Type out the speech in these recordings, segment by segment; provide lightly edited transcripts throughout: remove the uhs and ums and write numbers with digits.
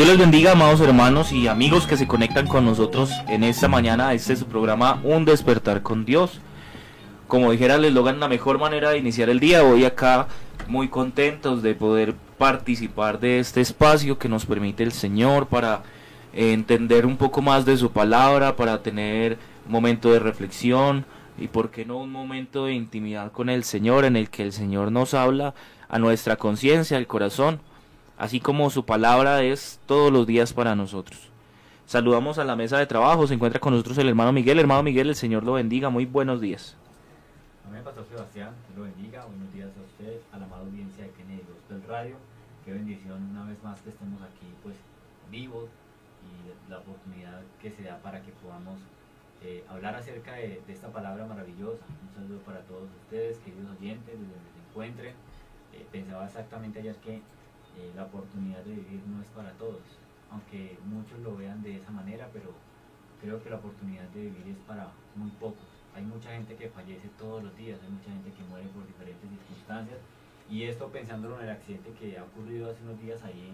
Dios les bendiga, amados hermanos y amigos que se conectan con nosotros en esta mañana. Este es su programa Un Despertar con Dios. Como dijera el eslogan, la mejor manera de iniciar el día. Hoy acá muy contentos de poder participar de este espacio que nos permite el Señor para entender un poco más de su palabra, para tener un momento de reflexión y por qué no un momento de intimidad con el Señor, en el que el Señor nos habla a nuestra conciencia, al corazón, así como su palabra es todos los días para nosotros. Saludamos a la mesa de trabajo. Se encuentra con nosotros el hermano Miguel. Hermano Miguel, el Señor lo bendiga. Muy buenos días. Amén, Pastor Sebastián, Dios lo bendiga. Buenos días a usted, a la amada audiencia de Kennedy Gospel Radio. Qué bendición una vez más que estemos aquí pues vivos y la oportunidad que se da para que podamos hablar acerca de esta palabra maravillosa. Un saludo para todos ustedes, queridos oyentes, desde donde se encuentren. Pensaba exactamente ayer que la oportunidad de vivir no es para todos, aunque muchos lo vean de esa manera, pero creo que la oportunidad de vivir es para muy pocos. Hay mucha gente que fallece todos los días, hay mucha gente que muere por diferentes circunstancias, y esto pensándolo en el accidente que ha ocurrido hace unos días ahí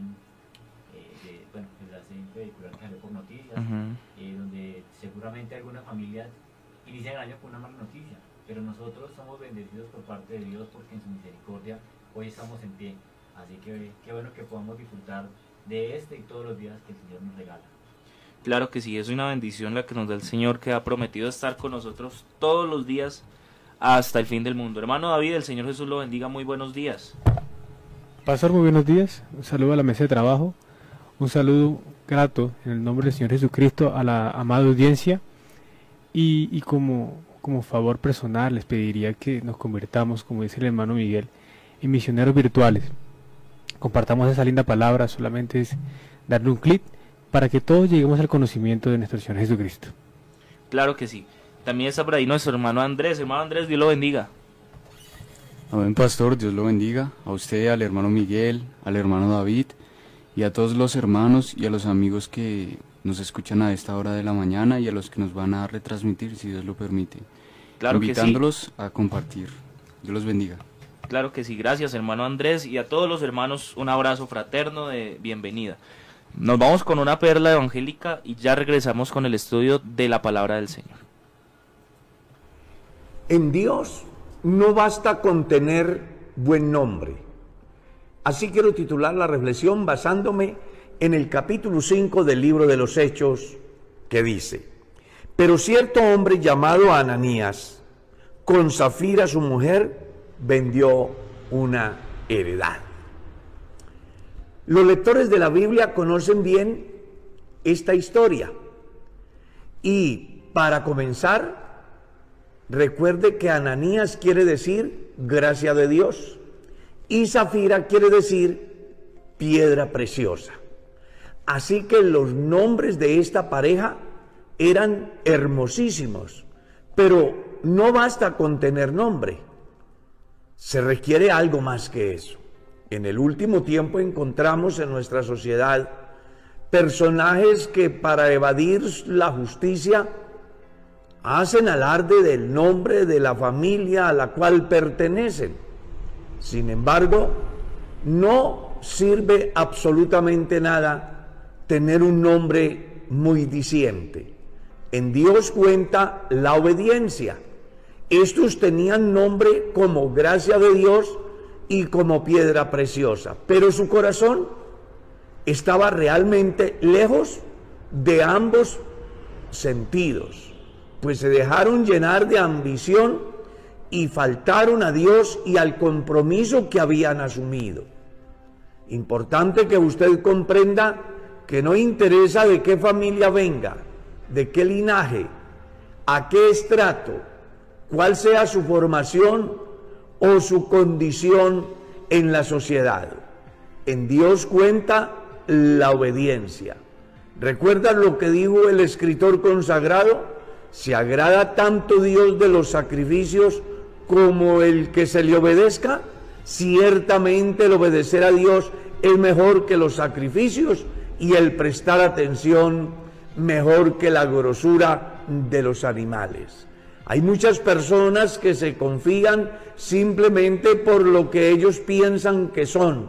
el accidente vehicular que salió por noticias, donde seguramente algunas familias inician el año con una mala noticia, pero nosotros somos bendecidos por parte de Dios porque en su misericordia hoy estamos en pie. Así que qué bueno que podamos disfrutar de este y todos los días que el Señor nos regala. Claro que sí, es una bendición la que nos da el Señor, que ha prometido estar con nosotros todos los días hasta el fin del mundo. Hermano David, el Señor Jesús lo bendiga. Muy buenos días. Pastor, muy buenos días. Un saludo a la mesa de trabajo. Un saludo grato en el nombre del Señor Jesucristo a la amada audiencia. Y como favor personal les pediría que nos convirtamos, como dice el hermano Miguel, en misioneros virtuales. Compartamos esa linda palabra, solamente es darle un clic para que todos lleguemos al conocimiento de nuestro Señor Jesucristo. Claro que sí. También está por ahí nuestro hermano Andrés. Hermano Andrés, Dios lo bendiga. Amén, Pastor, Dios lo bendiga. A usted, al hermano Miguel, al hermano David y a todos los hermanos y a los amigos que nos escuchan a esta hora de la mañana y a los que nos van a retransmitir, si Dios lo permite. Claro que sí. Invitándolos a compartir. Dios los bendiga. Claro que sí, gracias hermano Andrés, y a todos los hermanos un abrazo fraterno de bienvenida. Nos vamos con una perla evangélica y ya regresamos con el estudio de la palabra del Señor. En Dios no basta con tener buen nombre. Así quiero titular la reflexión basándome en el capítulo 5 del libro de los Hechos, que dice: pero cierto hombre llamado Ananías, con Zafira su mujer, vendió una heredad. Los lectores de la Biblia conocen bien esta historia. Y para comenzar, recuerde que Ananías quiere decir gracia de Dios y Zafira quiere decir piedra preciosa. Así que los nombres de esta pareja eran hermosísimos, pero no basta con tener nombre. Se requiere algo más que eso. En el último tiempo encontramos en nuestra sociedad personajes que para evadir la justicia hacen alarde del nombre de la familia a la cual pertenecen. Sin embargo, no sirve absolutamente nada tener un nombre muy diciente. En Dios cuenta la obediencia. Estos tenían nombre como gracia de Dios y como piedra preciosa, pero su corazón estaba realmente lejos de ambos sentidos, pues se dejaron llenar de ambición y faltaron a Dios y al compromiso que habían asumido. Importante que usted comprenda que no interesa de qué familia venga, de qué linaje, a qué estrato, cuál sea su formación o su condición en la sociedad. En Dios cuenta la obediencia. ¿Recuerdan lo que dijo el escritor consagrado? ¿Se agrada tanto Dios de los sacrificios como el que se le obedezca? Ciertamente el obedecer a Dios es mejor que los sacrificios y el prestar atención mejor que la grosura de los animales. Hay muchas personas que se confían simplemente por lo que ellos piensan que son,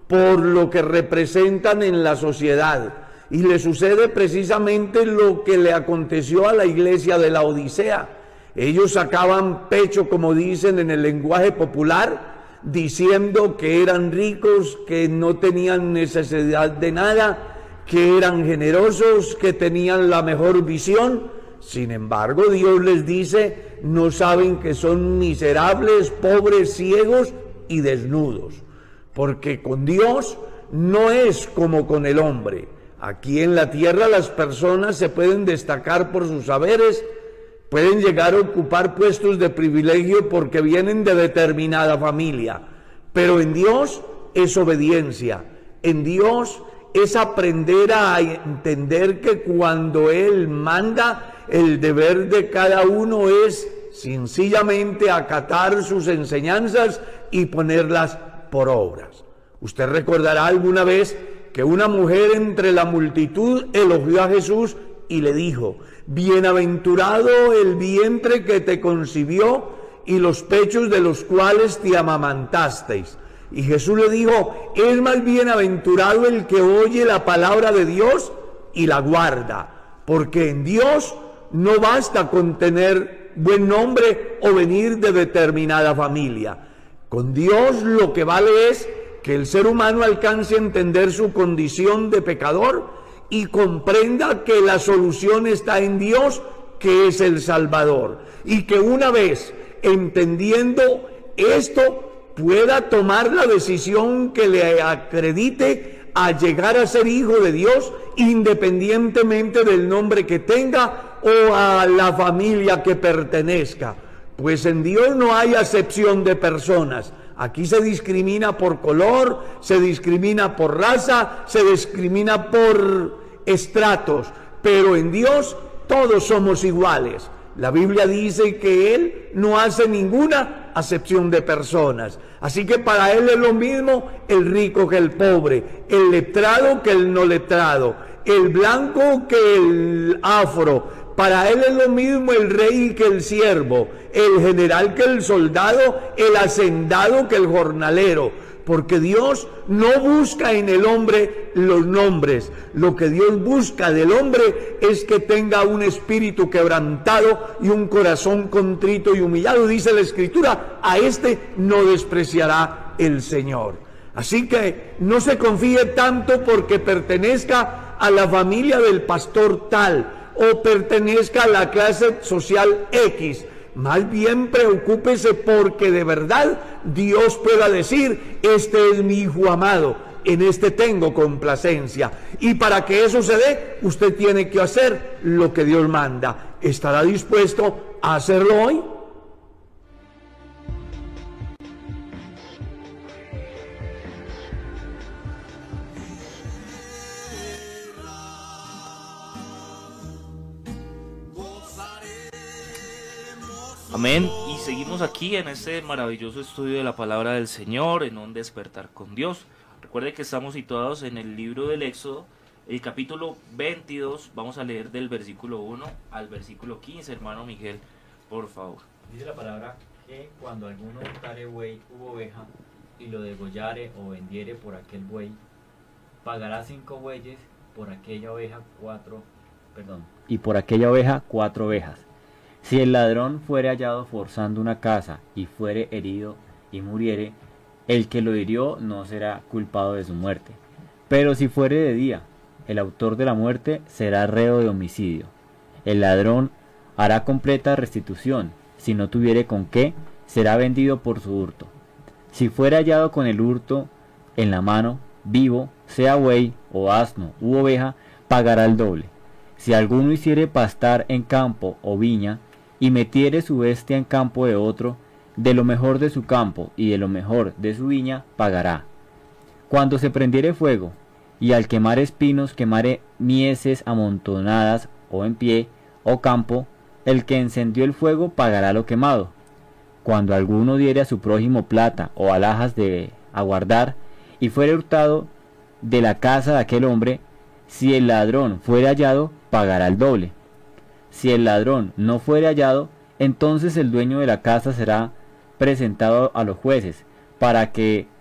por lo que representan en la sociedad. Y le sucede precisamente lo que le aconteció a la iglesia de la Odisea. Ellos sacaban pecho, como dicen en el lenguaje popular, diciendo que eran ricos, que no tenían necesidad de nada, que eran generosos, que tenían la mejor visión. Sin embargo, Dios les dice, no saben que son miserables, pobres, ciegos y desnudos. Porque con Dios no es como con el hombre. Aquí en la tierra las personas se pueden destacar por sus saberes, pueden llegar a ocupar puestos de privilegio porque vienen de determinada familia. Pero en Dios es obediencia. En Dios es aprender a entender que cuando Él manda, el deber de cada uno es sencillamente acatar sus enseñanzas y ponerlas por obras. Usted recordará alguna vez que una mujer entre la multitud elogió a Jesús y le dijo: bienaventurado el vientre que te concibió y los pechos de los cuales te amamantasteis. Y Jesús le dijo: es más bienaventurado el que oye la palabra de Dios y la guarda, porque en Dios no basta con tener buen nombre o venir de determinada familia. Con Dios lo que vale es que el ser humano alcance a entender su condición de pecador y comprenda que la solución está en Dios, que es el Salvador, y que una vez entendiendo esto pueda tomar la decisión que le acredite a llegar a ser hijo de Dios, independientemente del nombre que tenga o a la familia que pertenezca. Pues en Dios no hay acepción de personas. Aquí se discrimina por color, se discrimina por raza, se discrimina por estratos, pero en Dios todos somos iguales. La Biblia dice que Él no hace ninguna acepción de personas. Así que para Él es lo mismo el rico que el pobre, el letrado que el no letrado, el blanco que el afro. Para Él es lo mismo el rey que el siervo, el general que el soldado, el hacendado que el jornalero. Porque Dios no busca en el hombre los nombres. Lo que Dios busca del hombre es que tenga un espíritu quebrantado y un corazón contrito y humillado. Dice la Escritura: a este no despreciará el Señor. Así que no se confíe tanto porque pertenezca a la familia del pastor tal o pertenezca a la clase social X. Más bien preocúpese porque de verdad Dios pueda decir: este es mi hijo amado, en este tengo complacencia. Y para que eso se dé, usted tiene que hacer lo que Dios manda. ¿Estará dispuesto a hacerlo hoy? Amén. Y seguimos aquí en este maravilloso estudio de la palabra del Señor, en un despertar con Dios. Recuerde que estamos situados en el libro del Éxodo, el capítulo 22. Vamos a leer del versículo 1 al versículo 15, hermano Miguel, por favor. Dice la palabra que cuando alguno untare buey u oveja y lo degollare o vendiere por aquel buey, pagará 5 bueyes, por aquella oveja 4, y por aquella oveja 4 ovejas. Si el ladrón fuere hallado forzando una casa y fuere herido y muriere, el que lo hirió no será culpado de su muerte. Pero si fuere de día, el autor de la muerte será reo de homicidio. El ladrón hará completa restitución. Si no tuviere con qué, será vendido por su hurto. Si fuere hallado con el hurto en la mano, vivo, sea buey o asno u oveja, pagará el doble. Si alguno hiciere pastar en campo o viña, y metiere su bestia en campo de otro, de lo mejor de su campo y de lo mejor de su viña pagará. Cuando se prendiere fuego, y al quemar espinos quemare mieses amontonadas o en pie o campo, el que encendió el fuego pagará lo quemado. Cuando alguno diere a su prójimo plata o alhajas de aguardar, y fuere hurtado de la casa de aquel hombre, si el ladrón fuere hallado, pagará el doble. Si el ladrón no fuere hallado, entonces el dueño de la casa será presentado a los jueces, para que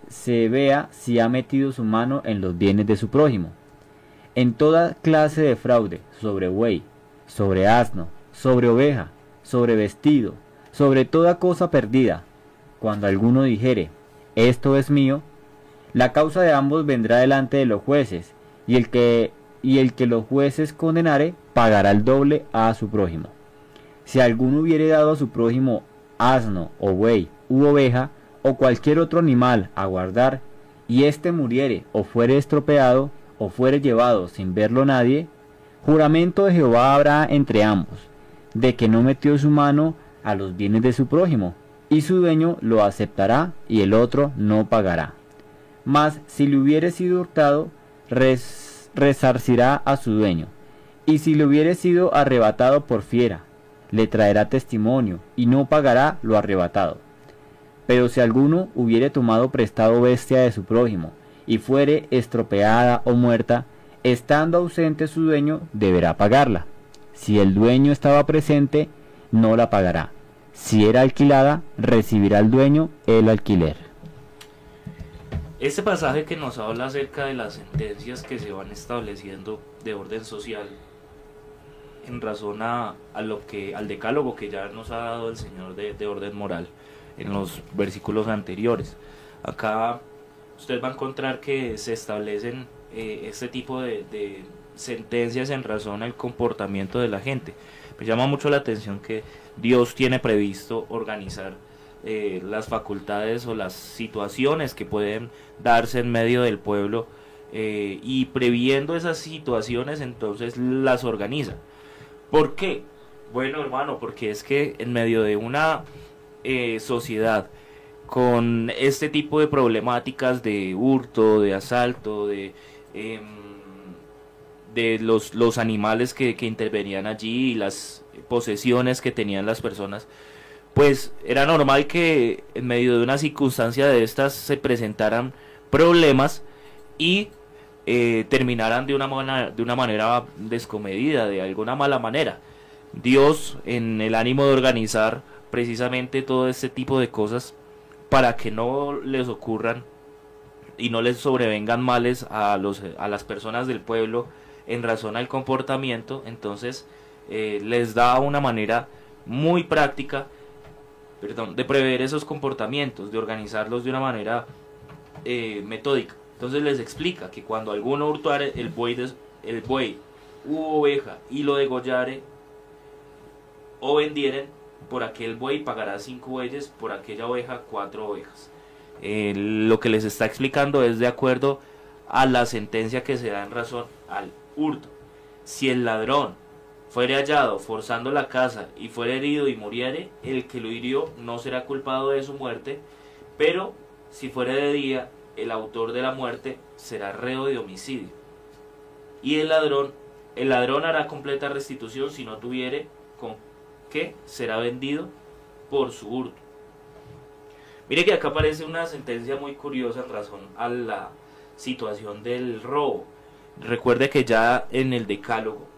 se vea si ha metido su mano en los bienes de su prójimo. En toda clase de fraude, sobre buey, sobre asno, sobre oveja, sobre vestido, sobre toda cosa perdida, cuando alguno dijere, esto es mío, la causa de ambos vendrá delante de los jueces, y el que los jueces condenare, pagará el doble a su prójimo. Si alguno hubiere dado a su prójimo asno, o buey, u oveja, o cualquier otro animal a guardar, y éste muriere, o fuere estropeado, o fuere llevado sin verlo nadie, juramento de Jehová habrá entre ambos, de que no metió su mano a los bienes de su prójimo, y su dueño lo aceptará, y el otro no pagará. Mas si le hubiere sido hurtado, resarcirá a su dueño, y si le hubiere sido arrebatado por fiera, le traerá testimonio, y no pagará lo arrebatado. Pero si alguno hubiere tomado prestado bestia de su prójimo, y fuere estropeada o muerta, estando ausente su dueño, deberá pagarla. Si el dueño estaba presente, no la pagará. Si era alquilada, recibirá el dueño el alquiler. Este pasaje que nos habla acerca de las sentencias que se van estableciendo de orden social en razón al decálogo que ya nos ha dado el Señor de orden moral en los versículos anteriores. Acá usted va a encontrar que se establecen este tipo de sentencias en razón al comportamiento de la gente. Me llama mucho la atención que Dios tiene previsto organizar las facultades o las situaciones que pueden darse en medio del pueblo, y previendo esas situaciones entonces las organiza. ¿Por qué? Bueno, hermano, porque es que en medio de una sociedad con este tipo de problemáticas de hurto, de asalto, de los animales que intervenían allí y las posesiones que tenían las personas, pues era normal que en medio de una circunstancia de estas se presentaran problemas y terminaran de una manera descomedida, de alguna mala manera. Dios, en el ánimo de organizar precisamente todo este tipo de cosas para que no les ocurran y no les sobrevengan males a las personas del pueblo en razón al comportamiento, entonces les da una manera muy práctica, de prever esos comportamientos, de organizarlos de una manera metódica. Entonces les explica que cuando alguno hurtare el buey u oveja y lo degollare o vendieren, por aquel buey pagará 5 bueyes, por aquella oveja 4 ovejas. Lo que les está explicando es de acuerdo a la sentencia que se da en razón al hurto. Si el ladrón fuere hallado forzando la casa y fuere herido y muriere, el que lo hirió no será culpado de su muerte, pero si fuere de día, el autor de la muerte será reo de homicidio. Y el ladrón hará completa restitución si no tuviere con qué, será vendido por su hurto. Mire que acá aparece una sentencia muy curiosa en razón a la situación del robo. Recuerde que ya en el decálogo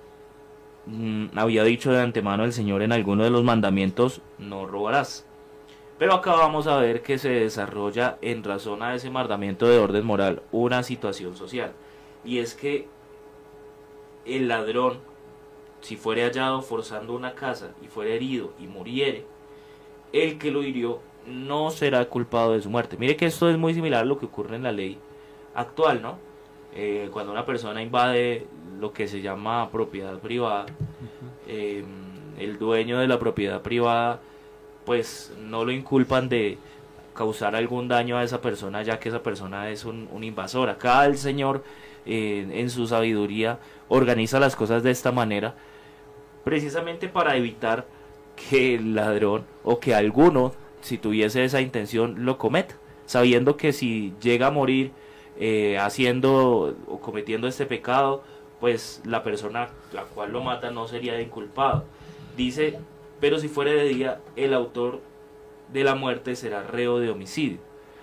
había dicho de antemano el Señor en alguno de los mandamientos: no robarás. Pero acá vamos a ver que se desarrolla en razón a ese mandamiento de orden moral una situación social, y es que el ladrón, si fuere hallado forzando una casa y fuere herido y muriere, el que lo hirió no será culpado de su muerte. Mire que esto es muy similar a lo que ocurre en la ley actual, ¿no? Cuando una persona invade lo que se llama propiedad privada, el dueño de la propiedad privada pues no lo inculpan de causar algún daño a esa persona, ya que esa persona es un invasor. Acá el Señor en su sabiduría organiza las cosas de esta manera precisamente para evitar que el ladrón o que alguno, si tuviese esa intención, lo cometa, sabiendo que si llega a morir haciendo o cometiendo este pecado, pues la persona la cual lo mata no sería inculpado. Dice: pero si fuere de día, el autor de la muerte será reo de homicidio.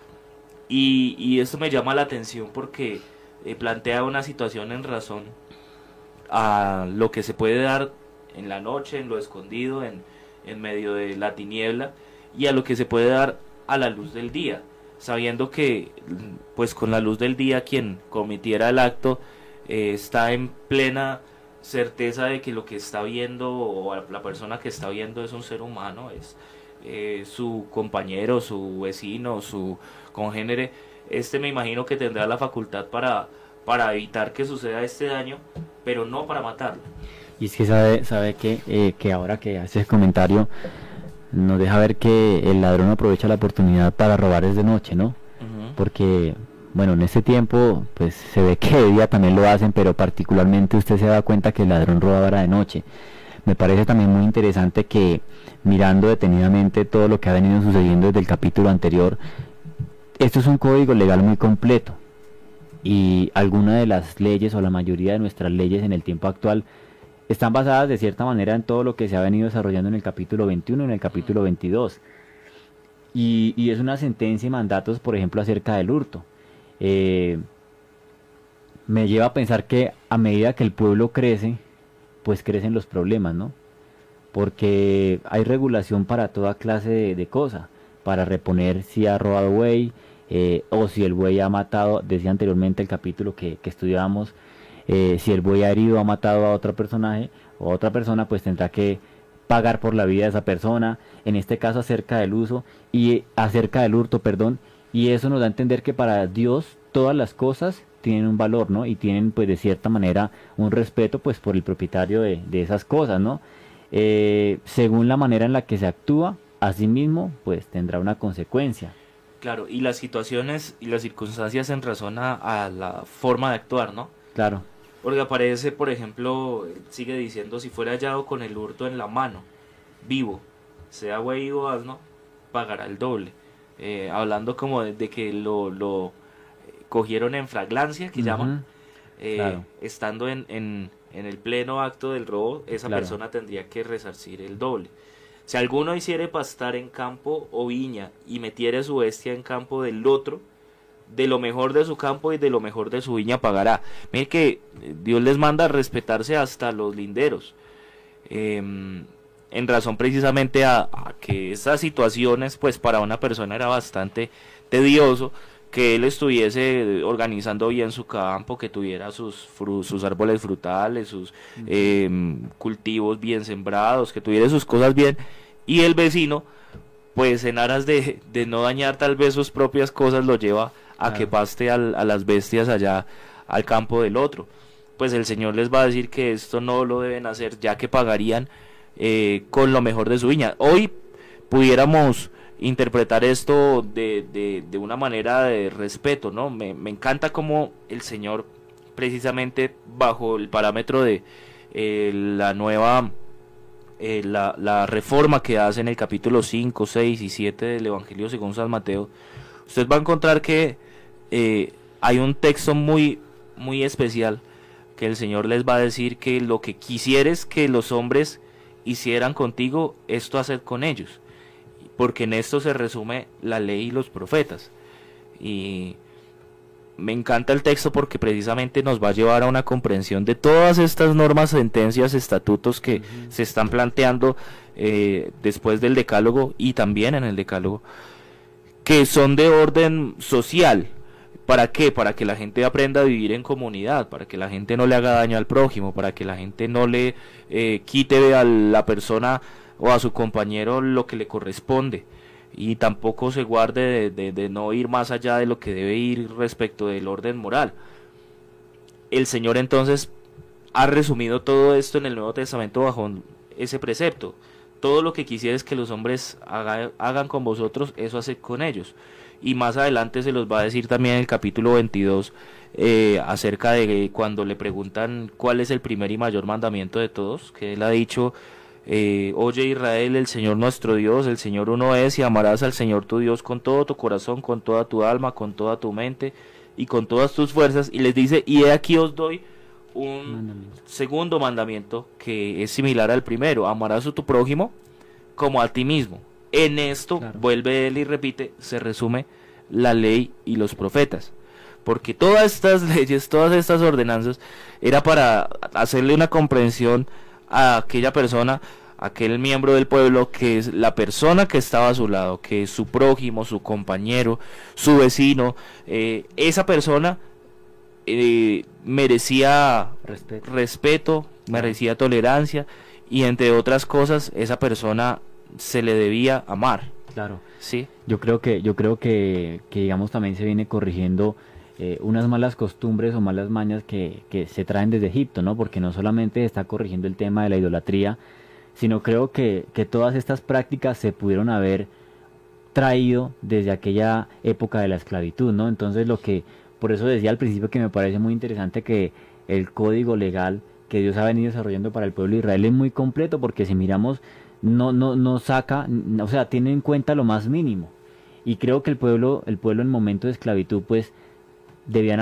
Y esto me llama la atención porque plantea una situación en razón a lo que se puede dar en la noche, en lo escondido, en medio de la tiniebla, y a lo que se puede dar a la luz del día. sabiendo que pues con la luz del día quien cometiera el acto está en plena certeza de que lo que está viendo o la persona que está viendo es un ser humano, es su compañero, su vecino, su congénere. Me imagino que tendrá la facultad para evitar que suceda este daño, pero no para matarlo. Y es que sabe que ahora que hace ese comentario nos deja ver que el ladrón aprovecha la oportunidad para robar desde noche, ¿no? Porque, bueno, en este tiempo pues se ve que de día también lo hacen, pero particularmente usted se da cuenta que el ladrón roba ahora de noche. Me parece también muy interesante que, mirando detenidamente todo lo que ha venido sucediendo desde el capítulo anterior, esto es un código legal muy completo, y algunas de las leyes o la mayoría de nuestras leyes en el tiempo actual están basadas de cierta manera en todo lo que se ha venido desarrollando en el capítulo 21 y en el capítulo 22. Y es una sentencia y mandatos, por ejemplo, acerca del hurto. Me lleva a pensar que a medida que el pueblo crece, pues crecen los problemas, ¿no? Porque hay regulación para toda clase de cosas, para reponer si ha robado buey, o si el buey ha matado, decía anteriormente el capítulo que estudiábamos, si el buey ha herido o ha matado a otro personaje o a otra persona, pues tendrá que pagar por la vida de esa persona, en este caso acerca del uso y acerca del hurto, perdón, y eso nos da a entender que para Dios todas las cosas tienen un valor, ¿no? Y tienen pues de cierta manera un respeto pues por el propietario de esas cosas, ¿no? Según la manera en la que se actúa, asimismo pues tendrá una consecuencia. Claro, y las situaciones y las circunstancias en razón a la forma de actuar, ¿no? Claro. Porque aparece, por ejemplo, sigue diciendo, si fuera hallado con el hurto en la mano, vivo, sea buey o asno, pagará el doble. Hablando como de que lo cogieron en flagrancia, que llaman, claro. Estando en el pleno acto del robo, esa Claro. persona tendría que resarcir el doble. Si alguno hiciere pastar en campo o viña y metiere su bestia en campo del otro, de lo mejor de su campo y de lo mejor de su viña pagará. Miren que Dios les manda a respetarse hasta los linderos, en razón precisamente a que esas situaciones pues para una persona era bastante tedioso que él estuviese organizando bien su campo, que tuviera sus árboles frutales, sus cultivos bien sembrados, que tuviera sus cosas bien, y el vecino pues en aras de no dañar tal vez sus propias cosas lo lleva a que paste a las bestias allá al campo del otro. Pues el Señor les va a decir que esto no lo deben hacer, ya que pagarían con lo mejor de su viña. Hoy pudiéramos interpretar esto de una manera de respeto, ¿no? Me encanta cómo el Señor, precisamente bajo el parámetro de la nueva la reforma que hace en el capítulo 5, 6 y 7 del Evangelio según San Mateo, usted va a encontrar que hay un texto muy, muy especial que el Señor les va a decir que lo que quisieres que los hombres hicieran contigo, esto haced con ellos, porque en esto se resume la ley y los profetas. Y me encanta el texto porque precisamente nos va a llevar a una comprensión de todas estas normas, sentencias, estatutos que se están planteando después del decálogo y también en el decálogo, que son de orden social. ¿Para qué? Para que la gente aprenda a vivir en comunidad, para que la gente no le haga daño al prójimo, para que la gente no le quite a la persona o a su compañero lo que le corresponde, y tampoco se guarde de no ir más allá de lo que debe ir respecto del orden moral. El Señor entonces ha resumido todo esto en el Nuevo Testamento bajo ese precepto: todo lo que quisieres que los hombres hagan con vosotros, eso haced con ellos. Y más adelante se los va a decir también en el capítulo 22 acerca de cuando le preguntan cuál es el primer y mayor mandamiento de todos, que él ha dicho: oye Israel, el Señor nuestro Dios, el Señor uno es, y amarás al Señor tu Dios con todo tu corazón, con toda tu alma, con toda tu mente y con todas tus fuerzas. Y les dice: y he aquí os doy un segundo mandamiento que es similar al primero: amarás a tu prójimo como a ti mismo. En esto, vuelve él y repite, se resume la ley y los profetas, porque todas estas leyes, todas estas ordenanzas, era para hacerle una comprensión a aquella persona aquel miembro del pueblo que es la persona que estaba a su lado, que es su prójimo, su compañero, su vecino, esa persona merecía respeto, merecía tolerancia, y entre otras cosas esa persona se le debía amar. Claro. ¿Sí? Yo creo que digamos también se viene corrigiendo unas malas costumbres o malas mañas que se traen desde Egipto, ¿no? Porque no solamente está corrigiendo el tema de la idolatría, sino creo que todas estas prácticas se pudieron haber traído desde aquella época de la esclavitud, ¿no? Entonces por eso decía al principio que me parece muy interesante que el código legal que Dios ha venido desarrollando para el pueblo de Israel es muy completo, porque si miramos, no saca, o sea, tiene en cuenta lo más mínimo. Y creo que el pueblo en momento de esclavitud, pues, deberían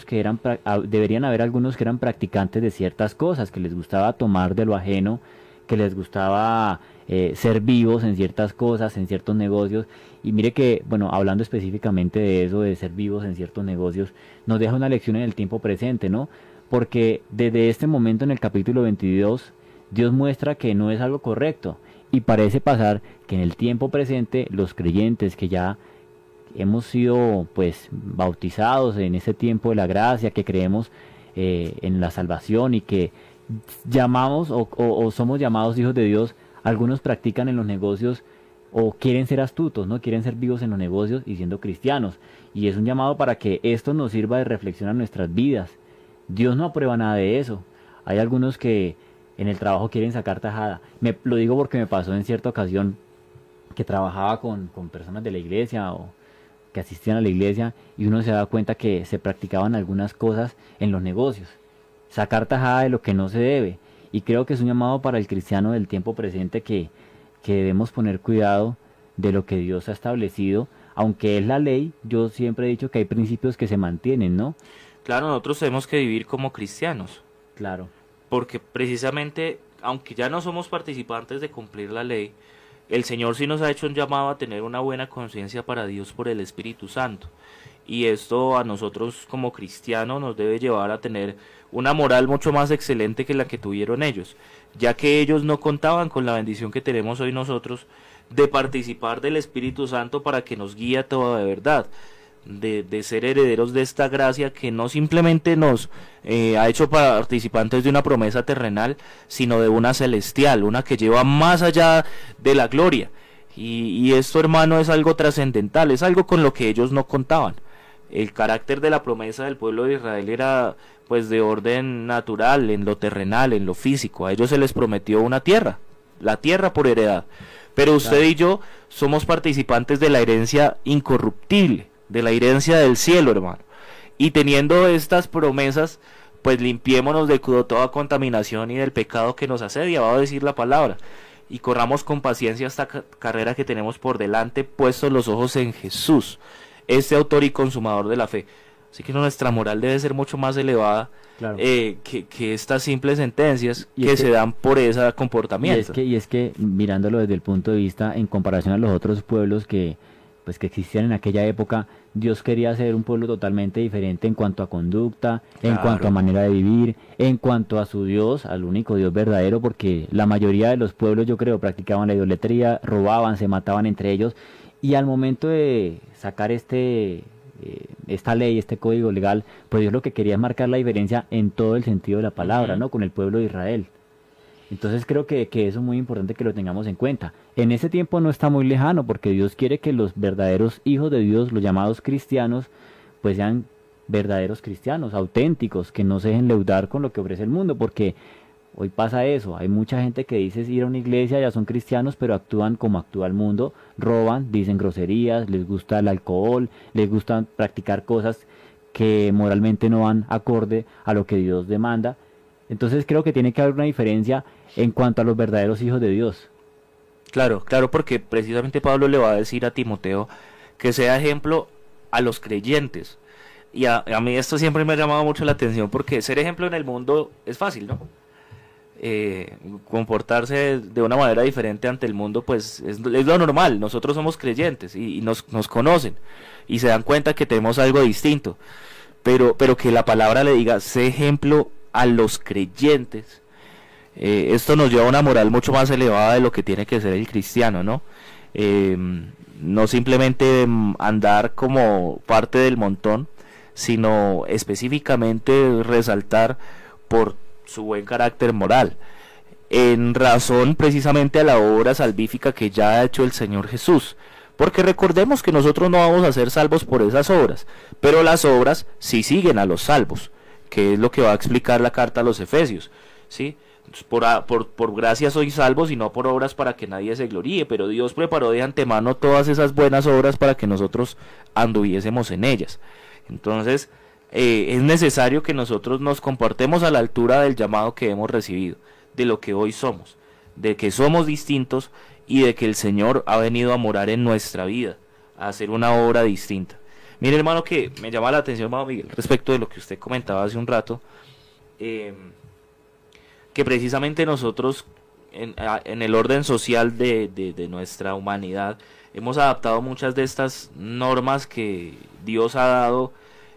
haber algunos que eran practicantes de ciertas cosas, que les gustaba tomar de lo ajeno, que les gustaba ser vivos en ciertas cosas, en ciertos negocios. Y mire que, bueno, hablando específicamente de eso, de ser vivos en ciertos negocios, nos deja una lección en el tiempo presente, ¿no? Porque desde este momento en el capítulo 22, Dios muestra que no es algo correcto, y parece pasar que en el tiempo presente los creyentes que ya hemos sido pues bautizados en ese tiempo de la gracia, que creemos en la salvación y que llamamos o somos llamados hijos de Dios, algunos practican en los negocios o quieren ser astutos, ¿no? Quieren ser vivos en los negocios y siendo cristianos, y es un llamado para que esto nos sirva de reflexión a nuestras vidas. Dios no aprueba nada de eso. Hay algunos que en el trabajo quieren sacar tajada. Lo digo porque me pasó en cierta ocasión que trabajaba con personas de la iglesia o que asistían a la iglesia, y uno se da cuenta que se practicaban algunas cosas en los negocios, sacar tajada de lo que no se debe. Y creo que es un llamado para el cristiano del tiempo presente que debemos poner cuidado de lo que Dios ha establecido, aunque es la ley. Yo siempre he dicho que hay principios que se mantienen, ¿no? Claro, nosotros tenemos que vivir como cristianos. Claro. Porque precisamente, aunque ya no somos participantes de cumplir la ley, el Señor sí nos ha hecho un llamado a tener una buena conciencia para Dios por el Espíritu Santo. Y esto a nosotros como cristianos nos debe llevar a tener una moral mucho más excelente que la que tuvieron ellos, ya que ellos no contaban con la bendición que tenemos hoy nosotros de participar del Espíritu Santo para que nos guíe a toda verdad. De ser herederos de esta gracia que no simplemente nos ha hecho participantes de una promesa terrenal, sino de una celestial, una que lleva más allá de la gloria. Y esto, hermano, es algo trascendental, es algo con lo que ellos no contaban. El carácter de la promesa del pueblo de Israel era pues de orden natural, en lo terrenal, en lo físico. A ellos se les prometió una tierra, la tierra por heredad. Pero usted y yo somos participantes de la herencia incorruptible, de la herencia del cielo, hermano. Y teniendo estas promesas, pues limpiémonos de toda contaminación y del pecado que nos asedia, va a decir la palabra, y corramos con paciencia esta carrera que tenemos por delante, puestos los ojos en Jesús, este autor y consumador de la fe. Así que nuestra moral debe ser mucho más elevada, claro, que estas simples sentencias que se dan por ese comportamiento. Y es que mirándolo desde el punto de vista en comparación a los otros pueblos que existían en aquella época, Dios quería ser un pueblo totalmente diferente en cuanto a conducta, claro, en cuanto a manera de vivir, en cuanto a su Dios, al único Dios verdadero, porque la mayoría de los pueblos, yo creo, practicaban la idolatría, robaban, se mataban entre ellos, y al momento de sacar esta ley, este código legal, pues Dios lo que quería es marcar la diferencia en todo el sentido de la palabra, ¿no? Con el pueblo de Israel. Entonces creo que eso es muy importante que lo tengamos en cuenta. En ese tiempo no está muy lejano, porque Dios quiere que los verdaderos hijos de Dios, los llamados cristianos, pues sean verdaderos cristianos, auténticos, que no se dejen leudar con lo que ofrece el mundo, porque hoy pasa eso. Hay mucha gente que dice ir a una iglesia, ya son cristianos, pero actúan como actúa el mundo, roban, dicen groserías, les gusta el alcohol, les gusta practicar cosas que moralmente no van acorde a lo que Dios demanda. Entonces creo que tiene que haber una diferencia en cuanto a los verdaderos hijos de Dios. Claro, porque precisamente Pablo le va a decir a Timoteo que sea ejemplo a los creyentes. Y a mí esto siempre me ha llamado mucho la atención, porque ser ejemplo en el mundo es fácil, ¿no? Comportarse de una manera diferente ante el mundo, pues es lo normal. Nosotros somos creyentes y nos conocen y se dan cuenta que tenemos algo distinto. Pero que la palabra le diga, sé ejemplo a los creyentes, Esto nos lleva a una moral mucho más elevada de lo que tiene que ser el cristiano, ¿no? No simplemente andar como parte del montón, sino específicamente resaltar por su buen carácter moral, en razón precisamente a la obra salvífica que ya ha hecho el Señor Jesús. Porque recordemos que nosotros no vamos a ser salvos por esas obras, pero las obras sí siguen a los salvos, que es lo que va a explicar la carta a los Efesios, ¿sí? Por gracia sois salvos y no por obras para que nadie se gloríe, pero Dios preparó de antemano todas esas buenas obras para que nosotros anduviésemos en ellas. Entonces es necesario que nosotros nos comportemos a la altura del llamado que hemos recibido, de lo que hoy somos, de que somos distintos y de que el Señor ha venido a morar en nuestra vida, a hacer una obra distinta. Mire, hermano, que me llama la atención, hermano Miguel, respecto de lo que usted comentaba hace un rato, que precisamente nosotros en el orden social de nuestra humanidad hemos adaptado muchas de estas normas que Dios ha dado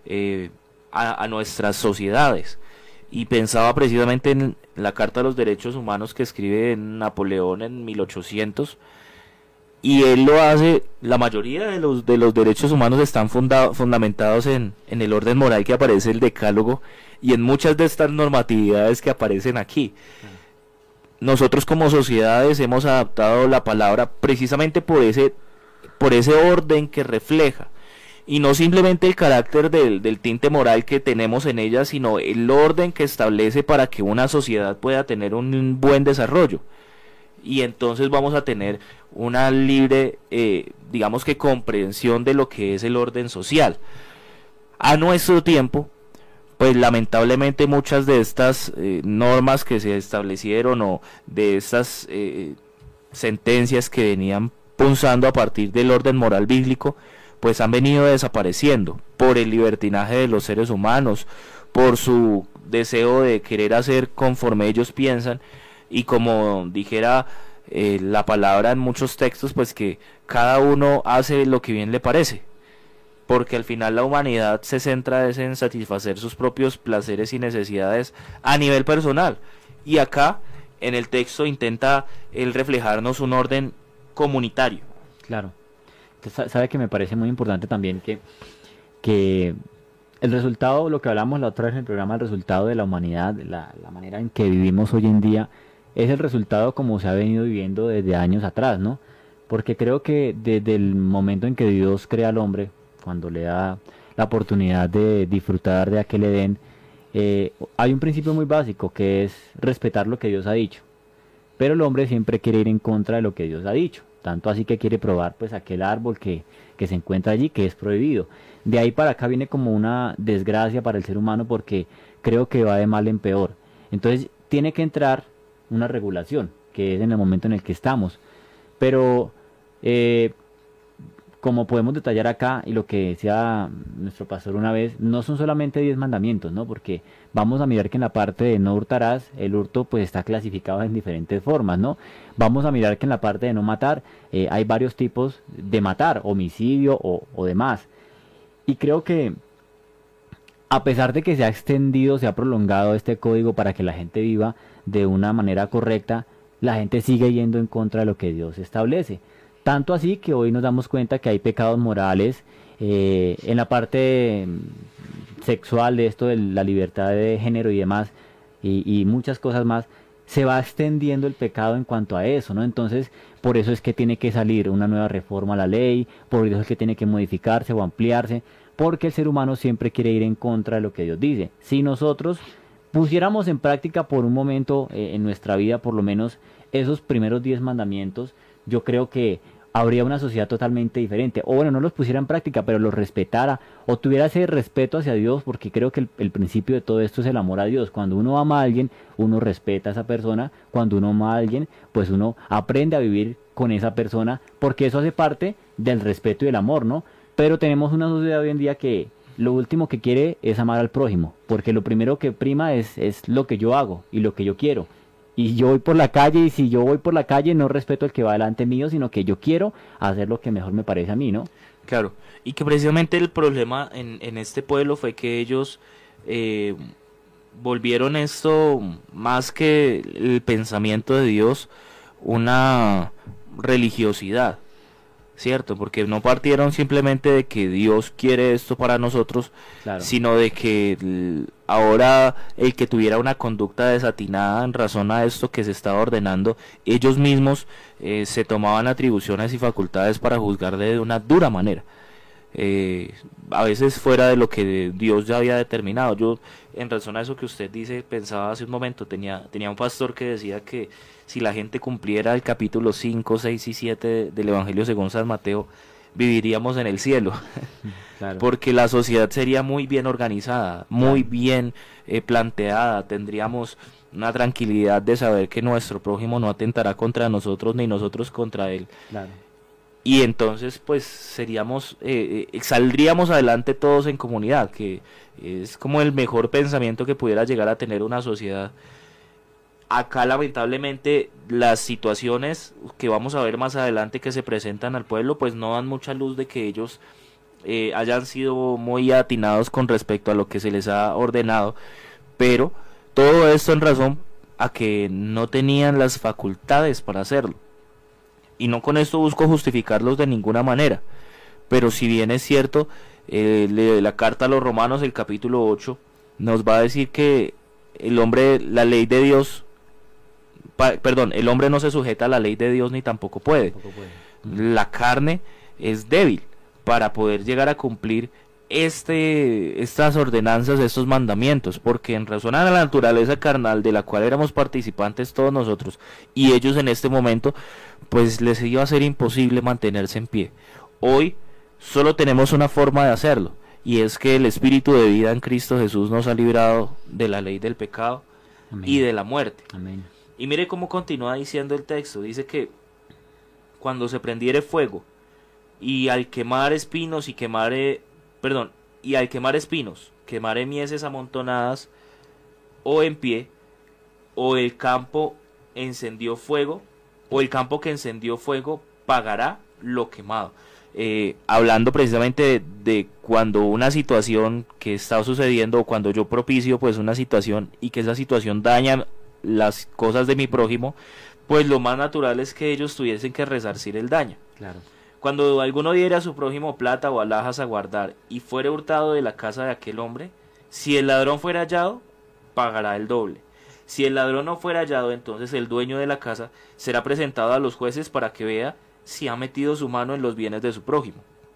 a nuestras sociedades, y pensaba precisamente en la Carta de los Derechos Humanos que escribe Napoleón en 1800, y él lo hace. La mayoría de los derechos humanos están fundamentados en el orden moral que aparece en el Decálogo y en muchas de estas normatividades que aparecen aquí. Nosotros como sociedades hemos adaptado la palabra precisamente por ese orden que refleja, y no simplemente el carácter del tinte moral que tenemos en ella, sino el orden que establece para que una sociedad pueda tener un buen desarrollo. Y entonces vamos a tener una libre, digamos que comprensión de lo que es el orden social. A nuestro tiempo, pues lamentablemente muchas de estas normas que se establecieron, o de estas sentencias que venían punzando a partir del orden moral bíblico, pues han venido desapareciendo por el libertinaje de los seres humanos, por su deseo de querer hacer conforme ellos piensan, y como dijera la palabra en muchos textos, pues que cada uno hace lo que bien le parece, porque al final la humanidad se centra en satisfacer sus propios placeres y necesidades a nivel personal, y acá en el texto intenta él reflejarnos un orden comunitario. Claro. Entonces, sabe que me parece muy importante también que el resultado, lo que hablamos la otra vez en el programa, el resultado de la humanidad, la manera en que vivimos hoy en día, es el resultado como se ha venido viviendo desde años atrás, ¿no? Porque creo que desde el momento en que Dios crea al hombre, cuando le da la oportunidad de disfrutar de aquel Edén, hay un principio muy básico, que es respetar lo que Dios ha dicho. Pero el hombre siempre quiere ir en contra de lo que Dios ha dicho, tanto así que quiere probar pues aquel árbol que se encuentra allí, que es prohibido. De ahí para acá viene como una desgracia para el ser humano, porque creo que va de mal en peor. Entonces tiene que entrar una regulación, que es en el momento en el que estamos. Pero como podemos detallar acá, y lo que decía nuestro pastor una vez, no son solamente 10 mandamientos, ¿no? Porque vamos a mirar que en la parte de no hurtarás, el hurto pues está clasificado en diferentes formas, ¿no? Vamos a mirar que en la parte de no matar, hay varios tipos de matar, homicidio o demás. Y creo que a pesar de que se ha extendido, se ha prolongado este código para que la gente viva de una manera correcta, la gente sigue yendo en contra de lo que Dios establece. Tanto así que hoy nos damos cuenta que hay pecados morales en la parte sexual de esto, de la libertad de género y demás, y muchas cosas más. Se va extendiendo el pecado en cuanto a eso, ¿no? Entonces, por eso es que tiene que salir una nueva reforma a la ley, por eso es que tiene que modificarse o ampliarse, porque el ser humano siempre quiere ir en contra de lo que Dios dice. Si nosotros pusiéramos en práctica por un momento en nuestra vida, por lo menos esos primeros 10 mandamientos, yo creo que habría una sociedad totalmente diferente. O bueno, no los pusiera en práctica, pero los respetara, o tuviera ese respeto hacia Dios, porque creo que el principio de todo esto es el amor a Dios. Cuando uno ama a alguien, uno respeta a esa persona. Cuando uno ama a alguien, pues uno aprende a vivir con esa persona, porque eso hace parte del respeto y el amor, ¿no? Pero tenemos una sociedad hoy en día que lo último que quiere es amar al prójimo, porque lo primero que prima es lo que yo hago y lo que yo quiero. Y yo voy por la calle, y si yo voy por la calle no respeto al que va delante mío, sino que yo quiero hacer lo que mejor me parece a mí, ¿no? Claro, y que precisamente el problema en este pueblo fue que ellos volvieron esto más que el pensamiento de Dios una religiosidad, ¿cierto? Porque no partieron simplemente de que Dios quiere esto para nosotros, Claro. sino de que ahora el que tuviera una conducta desatinada en razón a esto que se estaba ordenando, ellos mismos se tomaban atribuciones y facultades para juzgar de una dura manera. A veces fuera de lo que Dios ya había determinado. Yo, en razón a eso que usted dice, pensaba hace un momento, tenía un pastor que decía que si la gente cumpliera el capítulo 5, 6 y 7 del Evangelio según San Mateo, viviríamos en el cielo. Claro. Porque la sociedad sería muy bien organizada, muy bien planteada, tendríamos una tranquilidad de saber que nuestro prójimo no atentará contra nosotros ni nosotros contra él. Claro. Y entonces pues seríamos, saldríamos adelante todos en comunidad, que es como el mejor pensamiento que pudiera llegar a tener una sociedad. Acá lamentablemente las situaciones que vamos a ver más adelante que se presentan al pueblo pues no dan mucha luz de que ellos hayan sido muy atinados con respecto a lo que se les ha ordenado, pero todo esto en razón a que no tenían las facultades para hacerlo. Y no con esto busco justificarlos de ninguna manera, pero si bien es cierto, la carta a los Romanos, el capítulo 8, nos va a decir que el hombre, la ley de Dios, el hombre no se sujeta a la ley de Dios ni tampoco puede. La carne es débil para poder llegar a cumplir estas ordenanzas, estos mandamientos, porque en razón a la naturaleza carnal de la cual éramos participantes todos nosotros y ellos en este momento, pues les iba a ser imposible mantenerse en pie. Hoy solo tenemos una forma de hacerlo, y es que el Espíritu de vida en Cristo Jesús nos ha librado de la ley del pecado Amén. y de la muerte. Amén. Y mire cómo continúa diciendo el texto, dice que cuando se prendiere fuego y al quemar espinos quemaré mieses amontonadas o en pie, o el campo encendió fuego, o el campo que encendió fuego pagará lo quemado. Hablando precisamente de cuando una situación que está sucediendo, o cuando yo propicio pues una situación y que esa situación daña las cosas de mi prójimo, pues lo más natural es que ellos tuviesen que resarcir el daño. Claro. Cuando alguno diere a su prójimo plata o alhajas a guardar y fuere hurtado de la casa de aquel hombre, si el ladrón fuera hallado, pagará el doble. Si el ladrón no fuera hallado, entonces el dueño de la casa será presentado a los jueces para que vea si ha metido su mano en los bienes de su prójimo.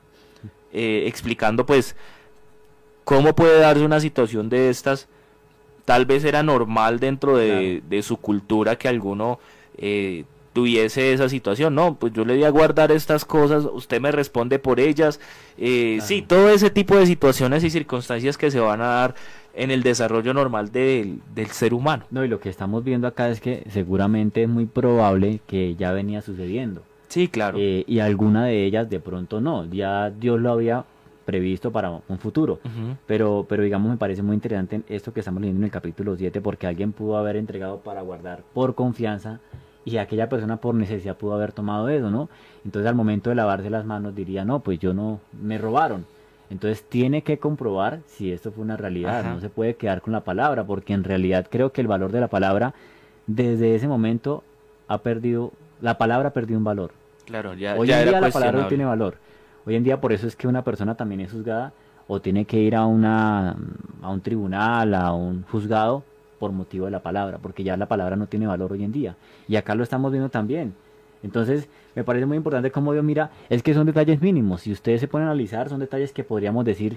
Explicando pues cómo puede darse una situación de estas. Tal vez era normal dentro de su cultura que alguno tuviese esa situación. No, pues yo le di a guardar estas cosas, usted me responde por ellas. Sí, todo ese tipo de situaciones y circunstancias que se van a dar en el desarrollo normal del ser humano. No, y lo que estamos viendo acá es que seguramente es muy probable que ya venía sucediendo. Sí, claro. Y alguna de ellas de pronto no, ya Dios lo había previsto para un futuro. Ujú. Pero digamos, me parece muy interesante esto que estamos leyendo en el capítulo 7, porque alguien pudo haber entregado para guardar por confianza y aquella persona por necesidad pudo haber tomado eso, ¿no? Entonces al momento de lavarse las manos diría, no, pues yo no, me robaron. Entonces tiene que comprobar si esto fue una realidad. Ajá. No se puede quedar con la palabra, porque en realidad creo que el valor de la palabra desde ese momento la palabra ha perdido un valor. Claro, Hoy ya en era día la palabra no cuestionable. tiene valor. Hoy en día por eso es que una persona también es juzgada o tiene que ir a un tribunal, a un juzgado por motivo de la palabra, porque ya la palabra no tiene valor hoy en día. Y acá lo estamos viendo también. Entonces, me parece muy importante cómo Dios mira, es que son detalles mínimos. Si ustedes se ponen a analizar, son detalles que podríamos decir,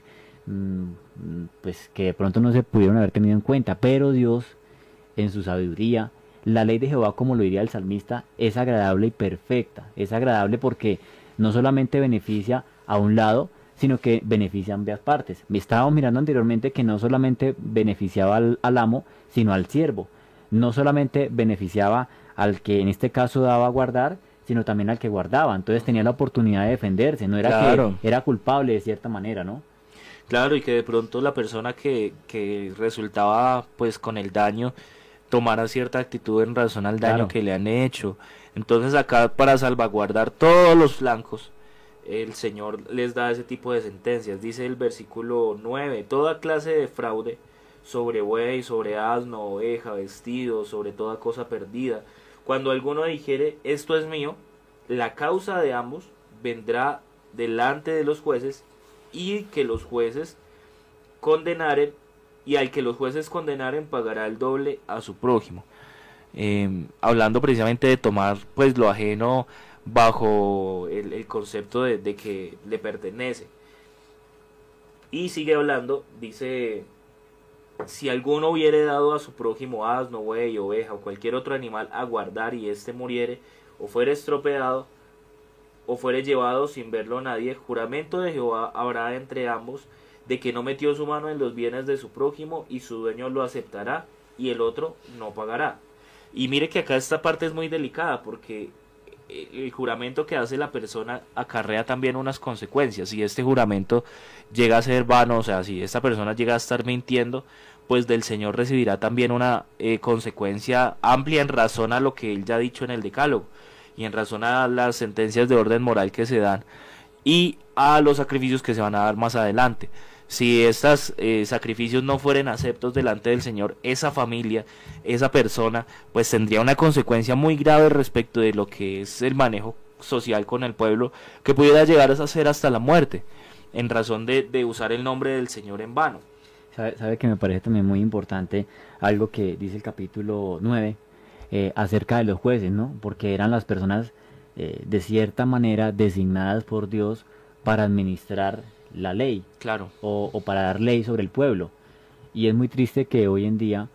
pues que de pronto no se pudieron haber tenido en cuenta, pero Dios, en su sabiduría, la ley de Jehová, como lo diría el salmista, es agradable y perfecta. Es agradable porque no solamente beneficia a un lado, sino que beneficia a ambas partes. Estábamos mirando anteriormente que no solamente beneficiaba al amo, sino al siervo. No solamente beneficiaba al que en este caso daba a guardar, sino también al que guardaba. Entonces tenía la oportunidad de defenderse, no era Claro. que era culpable de cierta manera, ¿no? Claro, y que de pronto la persona que resultaba pues con el daño tomara cierta actitud en razón al daño Claro. que le han hecho. Entonces acá, para salvaguardar todos los flancos, el Señor les da ese tipo de sentencias. Dice el versículo 9: toda clase de fraude sobre buey, sobre asno, oveja, vestido, sobre toda cosa perdida. Cuando alguno dijere, esto es mío, la causa de ambos vendrá delante de los jueces, y que los jueces condenaren, y al que los jueces condenaren pagará el doble a su prójimo. Hablando precisamente de tomar pues lo ajeno bajo el concepto de que le pertenece. Y sigue hablando, dice: si alguno hubiere dado a su prójimo asno, buey, oveja o cualquier otro animal a guardar, y éste muriere, o fuere estropeado, o fuere llevado sin verlo nadie, juramento de Jehová habrá entre ambos, de que no metió su mano en los bienes de su prójimo, y su dueño lo aceptará, y el otro no pagará. Y mire que acá esta parte es muy delicada, porque el juramento que hace la persona acarrea también unas consecuencias. Si este juramento llega a ser vano, o sea, si esta persona llega a estar mintiendo, pues del Señor recibirá también una consecuencia amplia en razón a lo que él ya ha dicho en el Decálogo, y en razón a las sentencias de orden moral que se dan, y a los sacrificios que se van a dar más adelante. Si estos sacrificios no fueren aceptos delante del Señor, esa familia, esa persona, pues tendría una consecuencia muy grave respecto de lo que es el manejo social con el pueblo, que pudiera llegar a ser hasta la muerte, en razón de usar el nombre del Señor en vano. Sabe que me parece también muy importante algo que dice el capítulo 9 acerca de los jueces, ¿no? Porque eran las personas de cierta manera designadas por Dios para administrar la ley, claro, o para dar ley sobre el pueblo. Y es muy triste que hoy en día,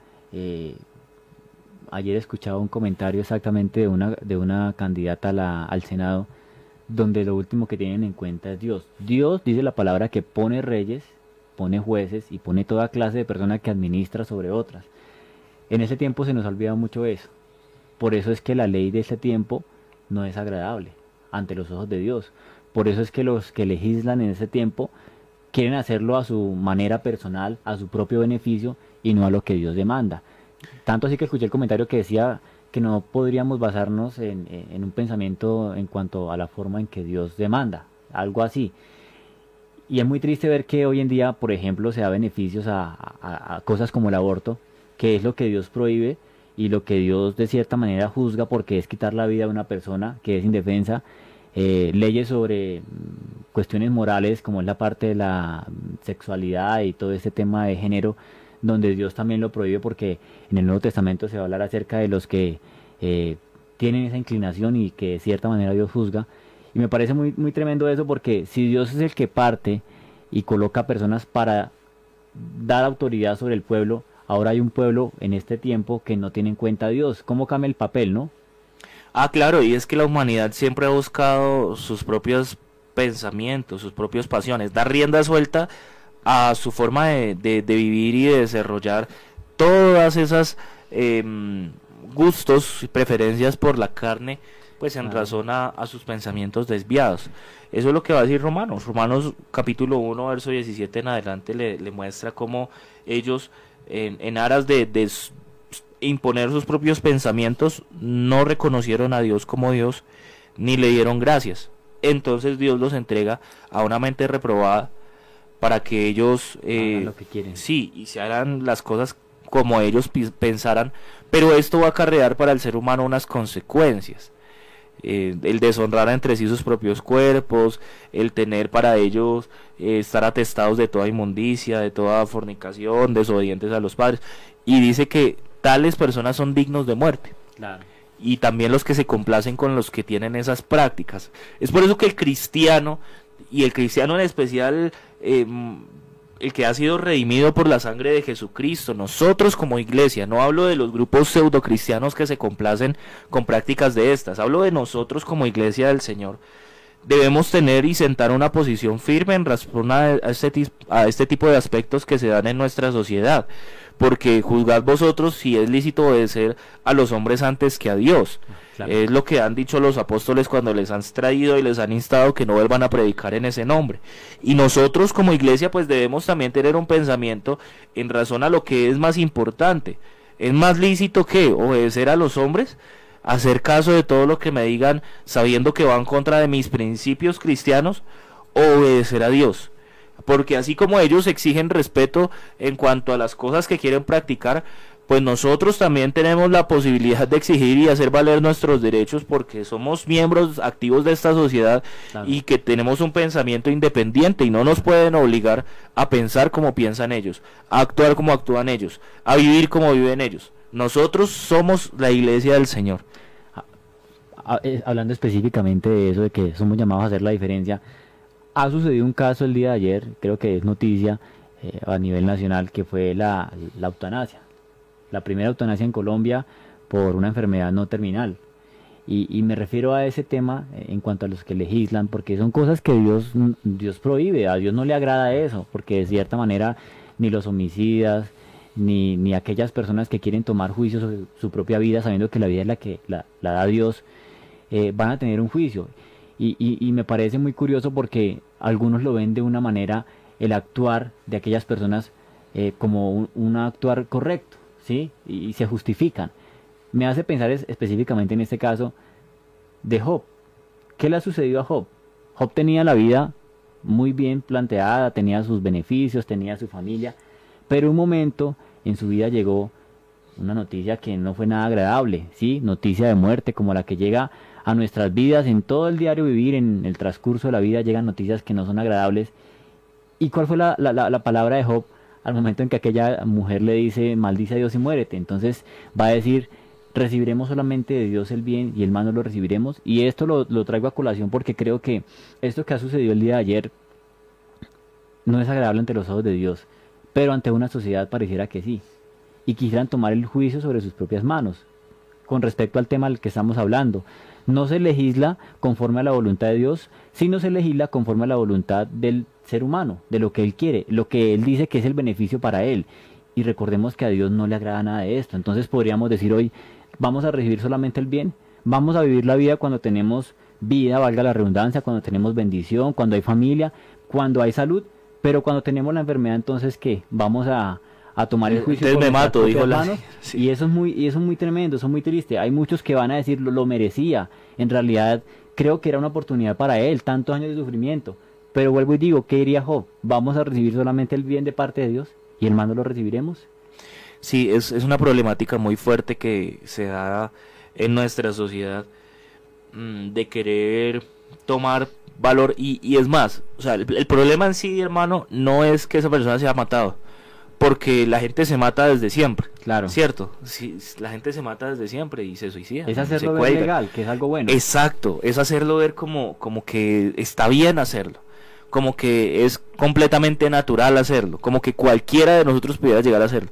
ayer escuchaba un comentario exactamente de una candidata al Senado, donde lo último que tienen en cuenta es Dios. Dios, dice la palabra, que pone reyes, pone jueces y pone toda clase de personas que administra sobre otras. En ese tiempo se nos ha olvidado mucho eso. Por eso es que la ley de ese tiempo no es agradable ante los ojos de Dios. Por eso es que los que legislan en ese tiempo quieren hacerlo a su manera personal, a su propio beneficio, y no a lo que Dios demanda. Tanto así que escuché el comentario que decía que no podríamos basarnos en un pensamiento en cuanto a la forma en que Dios demanda, algo así. Y es muy triste ver que hoy en día, por ejemplo, se da beneficios a cosas como el aborto, que es lo que Dios prohíbe y lo que Dios de cierta manera juzga, porque es quitar la vida de una persona que es indefensa. Leyes sobre cuestiones morales, como es la parte de la sexualidad y todo este tema de género, donde Dios también lo prohíbe, porque en el Nuevo Testamento se va a hablar acerca de los que tienen esa inclinación y que de cierta manera Dios juzga. Y me parece muy, muy tremendo eso, porque si Dios es el que parte y coloca personas para dar autoridad sobre el pueblo, ahora hay un pueblo en este tiempo que no tiene en cuenta a Dios. ¿Cómo cambia el papel, no? Ah, claro, y es que la humanidad siempre ha buscado sus propios pensamientos, sus propias pasiones, dar rienda suelta a su forma de vivir y de desarrollar todas esas gustos y preferencias por la carne, pues en razón a sus pensamientos desviados. Eso es lo que va a decir Romanos. Romanos capítulo 1, verso 17 en adelante le muestra cómo ellos en aras de imponer sus propios pensamientos no reconocieron a Dios como Dios ni le dieron gracias. Entonces Dios los entrega a una mente reprobada para que ellos hagan lo que quieren. Sí, y se hagan las cosas como ellos pensaran, pero esto va a acarrear para el ser humano unas consecuencias. El deshonrar entre sí sus propios cuerpos, el tener para ellos estar atestados de toda inmundicia, de toda fornicación, desobedientes a los padres, y dice que tales personas son dignos de muerte. Claro. Y también los que se complacen con los que tienen esas prácticas. Es por eso que el cristiano, y el cristiano en especial, el que ha sido redimido por la sangre de Jesucristo, nosotros como iglesia, no hablo de los grupos pseudocristianos que se complacen con prácticas de estas, hablo de nosotros como iglesia del Señor, debemos tener y sentar una posición firme en razón a este tipo de aspectos que se dan en nuestra sociedad, porque juzgad vosotros si es lícito obedecer a los hombres antes que a Dios. Claro. Es lo que han dicho los apóstoles cuando les han traído y les han instado que no vuelvan a predicar en ese nombre. Y nosotros como iglesia pues debemos también tener un pensamiento en razón a lo que es más importante. ¿Es más lícito que obedecer a los hombres? ¿Hacer caso de todo lo que me digan sabiendo que va en contra de mis principios cristianos? ¿O obedecer a Dios? porque así como ellos exigen respeto en cuanto a las cosas que quieren practicar, pues nosotros también tenemos la posibilidad de exigir y hacer valer nuestros derechos porque somos miembros activos de esta sociedad, Claro. y que tenemos un pensamiento independiente y no nos pueden obligar a pensar como piensan ellos, a actuar como actúan ellos, a vivir como viven ellos. Nosotros somos la iglesia del Señor. Hablando específicamente de eso, de que somos llamados a hacer la diferencia, ha sucedido un caso el día de ayer, creo que es noticia a nivel nacional, que fue la eutanasia. La primera eutanasia en Colombia por una enfermedad no terminal. Y me refiero a ese tema en cuanto a los que legislan, porque son cosas que Dios prohíbe, a Dios no le agrada eso, porque de cierta manera ni los homicidas, ni aquellas personas que quieren tomar juicio sobre su propia vida, sabiendo que la vida es la que la da Dios, van a tener un juicio. Y me parece muy curioso porque algunos lo ven de una manera, el actuar de aquellas personas como un actuar correcto, ¿sí? Y se justifican. Me hace pensar específicamente en este caso de Job. ¿Qué le ha sucedido a Job? Job tenía la vida muy bien planteada, tenía sus beneficios, tenía su familia, pero un momento en su vida llegó una noticia que no fue nada agradable, ¿sí? Noticia de muerte como la que llega a nuestras vidas, en todo el diario vivir, en el transcurso de la vida llegan noticias que no son agradables. ¿Y cuál fue la palabra de Job al momento en que aquella mujer le dice, maldice a Dios y muérete? Entonces va a decir, recibiremos solamente de Dios el bien y el mal no lo recibiremos. Y esto lo traigo a colación porque creo que esto que ha sucedido el día de ayer no es agradable ante los ojos de Dios, pero ante una sociedad pareciera que sí, y quisieran tomar el juicio sobre sus propias manos. Con respecto al tema del que estamos hablando, no se legisla conforme a la voluntad de Dios, sino se legisla conforme a la voluntad del ser humano, de lo que él quiere, lo que él dice que es el beneficio para él. Y recordemos que a Dios no le agrada nada de esto. Entonces podríamos decir hoy, vamos a recibir solamente el bien, vamos a vivir la vida cuando tenemos vida, valga la redundancia, cuando tenemos bendición, cuando hay familia, cuando hay salud, pero cuando tenemos la enfermedad, entonces ¿qué? Vamos a tomar el juicio Entonces por me nuestras mato, dijo propias la... manos. Sí. Y eso es muy tremendo, eso es muy triste. Hay muchos que van a decir lo merecía. En realidad creo que era una oportunidad para él, tantos años de sufrimiento. Pero vuelvo y digo, ¿qué diría Job? ¿Vamos a recibir solamente el bien de parte de Dios y el mal no lo recibiremos? Sí, es una problemática muy fuerte que se da en nuestra sociedad, de querer tomar valor, y es más, o sea, el problema en sí, hermano, no es que esa persona se haya matado, porque la gente se mata desde siempre, Claro. ¿cierto? Sí, la gente se mata desde siempre y se suicida, Es se hacerlo ver cuelga. legal, que es algo bueno. Exacto, es hacerlo ver como que está bien hacerlo, como que es completamente natural hacerlo, como que cualquiera de nosotros pudiera llegar a hacerlo.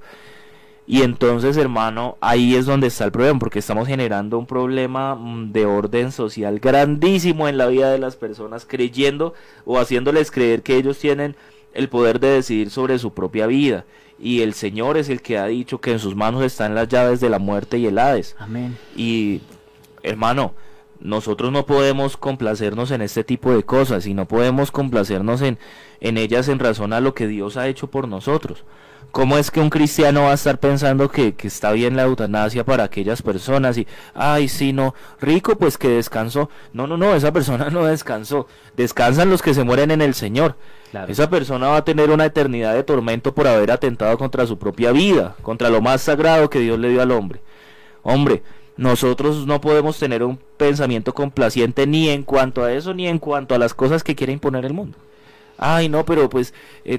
Y entonces, hermano, ahí es donde está el problema, porque estamos generando un problema de orden social grandísimo en la vida de las personas, creyendo o haciéndoles creer que ellos tienen el poder de decidir sobre su propia vida. Y el Señor es el que ha dicho que en sus manos están las llaves de la muerte y el Hades. Amén. Y, hermano, nosotros no podemos complacernos en este tipo de cosas, y no podemos complacernos en ellas en razón a lo que Dios ha hecho por nosotros. ¿Cómo es que un cristiano va a estar pensando que está bien la eutanasia para aquellas personas? Y, ay, sí, no, rico, pues que descansó. No, esa persona no descansó. Descansan los que se mueren en el Señor. Claro. Esa persona va a tener una eternidad de tormento por haber atentado contra su propia vida, contra lo más sagrado que Dios le dio al hombre. Hombre, nosotros no podemos tener un pensamiento complaciente ni en cuanto a eso, ni en cuanto a las cosas que quiere imponer el mundo. Ay, no, pero pues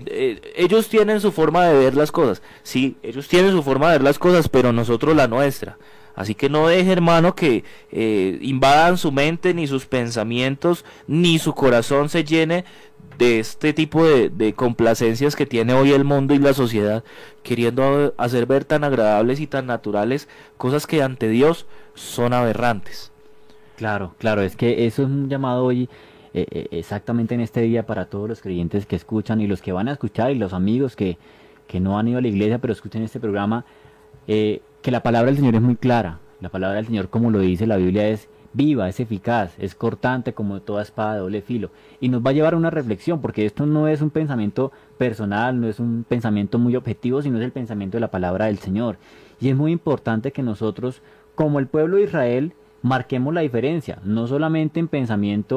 ellos tienen su forma de ver las cosas. Sí, ellos tienen su forma de ver las cosas, pero nosotros la nuestra. Así que no deje, hermano, que invadan su mente, ni sus pensamientos, ni su corazón se llene de este tipo de complacencias que tiene hoy el mundo y la sociedad, queriendo hacer ver tan agradables y tan naturales cosas que ante Dios son aberrantes. Claro, es que eso es un llamado hoy exactamente en este día para todos los creyentes que escuchan y los que van a escuchar y los amigos que no han ido a la iglesia pero escuchen este programa, que la palabra del Señor es muy clara. La palabra del Señor, como lo dice la Biblia, es viva, es eficaz, es cortante como toda espada de doble filo, y nos va a llevar a una reflexión, porque esto no es un pensamiento personal, no es un pensamiento muy objetivo, sino es el pensamiento de la palabra del Señor. Y es muy importante que nosotros, como el pueblo de Israel, marquemos la diferencia, no solamente en pensamiento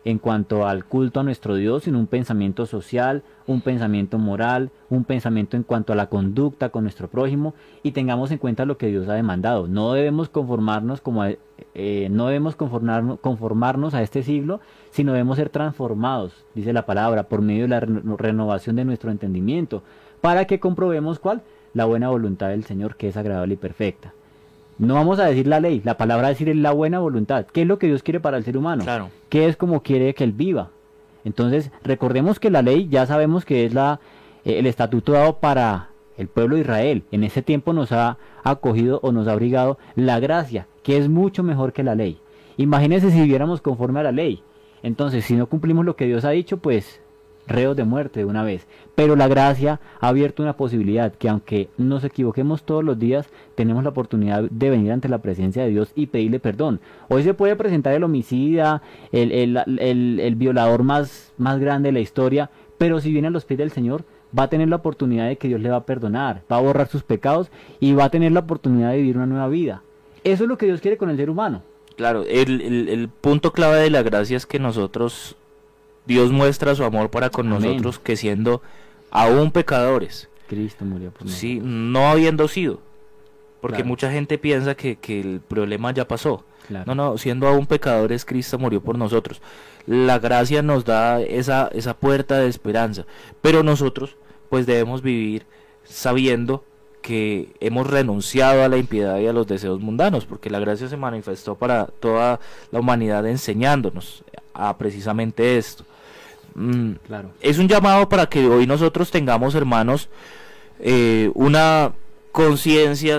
en cuanto al culto a nuestro Dios, sino un pensamiento social, un pensamiento moral, un pensamiento en cuanto a la conducta con nuestro prójimo, y tengamos en cuenta lo que Dios ha demandado. No debemos conformarnos no debemos conformarnos a este siglo, sino debemos ser transformados, dice la palabra, por medio de la renovación de nuestro entendimiento, para que comprobemos cuál, la buena voluntad del Señor, que es agradable y perfecta. No vamos a decir la ley, la palabra decir es la buena voluntad. ¿Qué es lo que Dios quiere para el ser humano? Claro. ¿Qué es como quiere que él viva? Entonces, recordemos que la ley ya sabemos que es el estatuto dado para el pueblo de Israel. En ese tiempo nos ha acogido o nos ha abrigado la gracia, que es mucho mejor que la ley. Imagínense si viviéramos conforme a la ley. Entonces, si no cumplimos lo que Dios ha dicho, pues reos de muerte de una vez. Pero la gracia ha abierto una posibilidad que, aunque nos equivoquemos todos los días, tenemos la oportunidad de venir ante la presencia de Dios y pedirle perdón. Hoy se puede presentar el homicida, el violador más grande de la historia, pero si viene a los pies del Señor, va a tener la oportunidad de que Dios le va a perdonar, va a borrar sus pecados y va a tener la oportunidad de vivir una nueva vida. Eso es lo que Dios quiere con el ser humano. Claro, el punto clave de la gracia es que Dios muestra su amor para con Amén. nosotros, que siendo aún pecadores, Cristo murió por nosotros. sí, no habiendo sido, porque Claro. mucha gente piensa que el problema ya pasó. Claro. No, siendo aún pecadores, Cristo murió por nosotros. La gracia nos da esa puerta de esperanza, pero nosotros pues debemos vivir sabiendo que hemos renunciado a la impiedad y a los deseos mundanos, porque la gracia se manifestó para toda la humanidad enseñándonos a precisamente esto. Claro. Es un llamado para que hoy nosotros tengamos, hermanos, una conciencia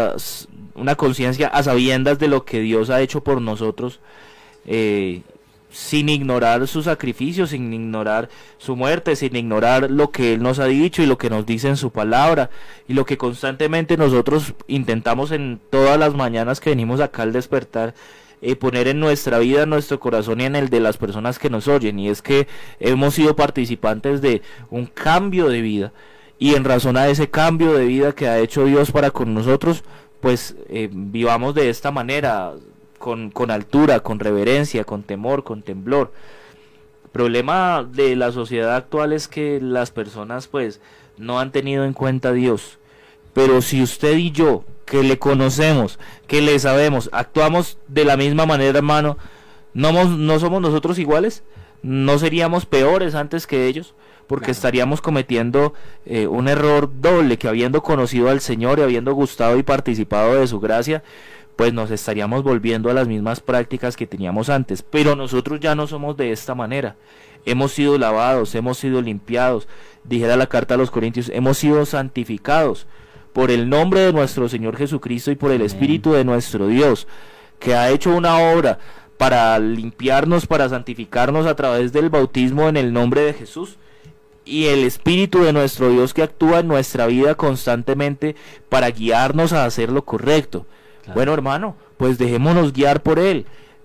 a sabiendas de lo que Dios ha hecho por nosotros, sin ignorar su sacrificio, sin ignorar su muerte, sin ignorar lo que Él nos ha dicho y lo que nos dice en su palabra, y lo que constantemente nosotros intentamos en todas las mañanas que venimos acá al despertar, poner en nuestra vida, en nuestro corazón y en el de las personas que nos oyen, y es que hemos sido participantes de un cambio de vida, y en razón a ese cambio de vida que ha hecho Dios para con nosotros, pues vivamos de esta manera, con altura, con reverencia, con temor, con temblor. El problema de la sociedad actual es que las personas pues no han tenido en cuenta a Dios, pero si usted y yo, que le conocemos, que le sabemos, actuamos de la misma manera, hermano, ¿no somos nosotros iguales? ¿No seríamos peores antes que ellos? Porque estaríamos cometiendo un error doble, que habiendo conocido al Señor y habiendo gustado y participado de su gracia, pues nos estaríamos volviendo a las mismas prácticas que teníamos antes. Pero nosotros ya no somos de esta manera. Hemos sido lavados, hemos sido limpiados, dijera la carta a los Corintios, hemos sido santificados por el nombre de nuestro Señor Jesucristo y por el Espíritu de nuestro Dios, que ha hecho una obra para limpiarnos, para santificarnos a través del bautismo en el nombre de Jesús, y el Espíritu de nuestro Dios que actúa en nuestra vida constantemente para guiarnos a hacer lo correcto. Claro. Bueno, hermano, pues dejémonos guiar por Él,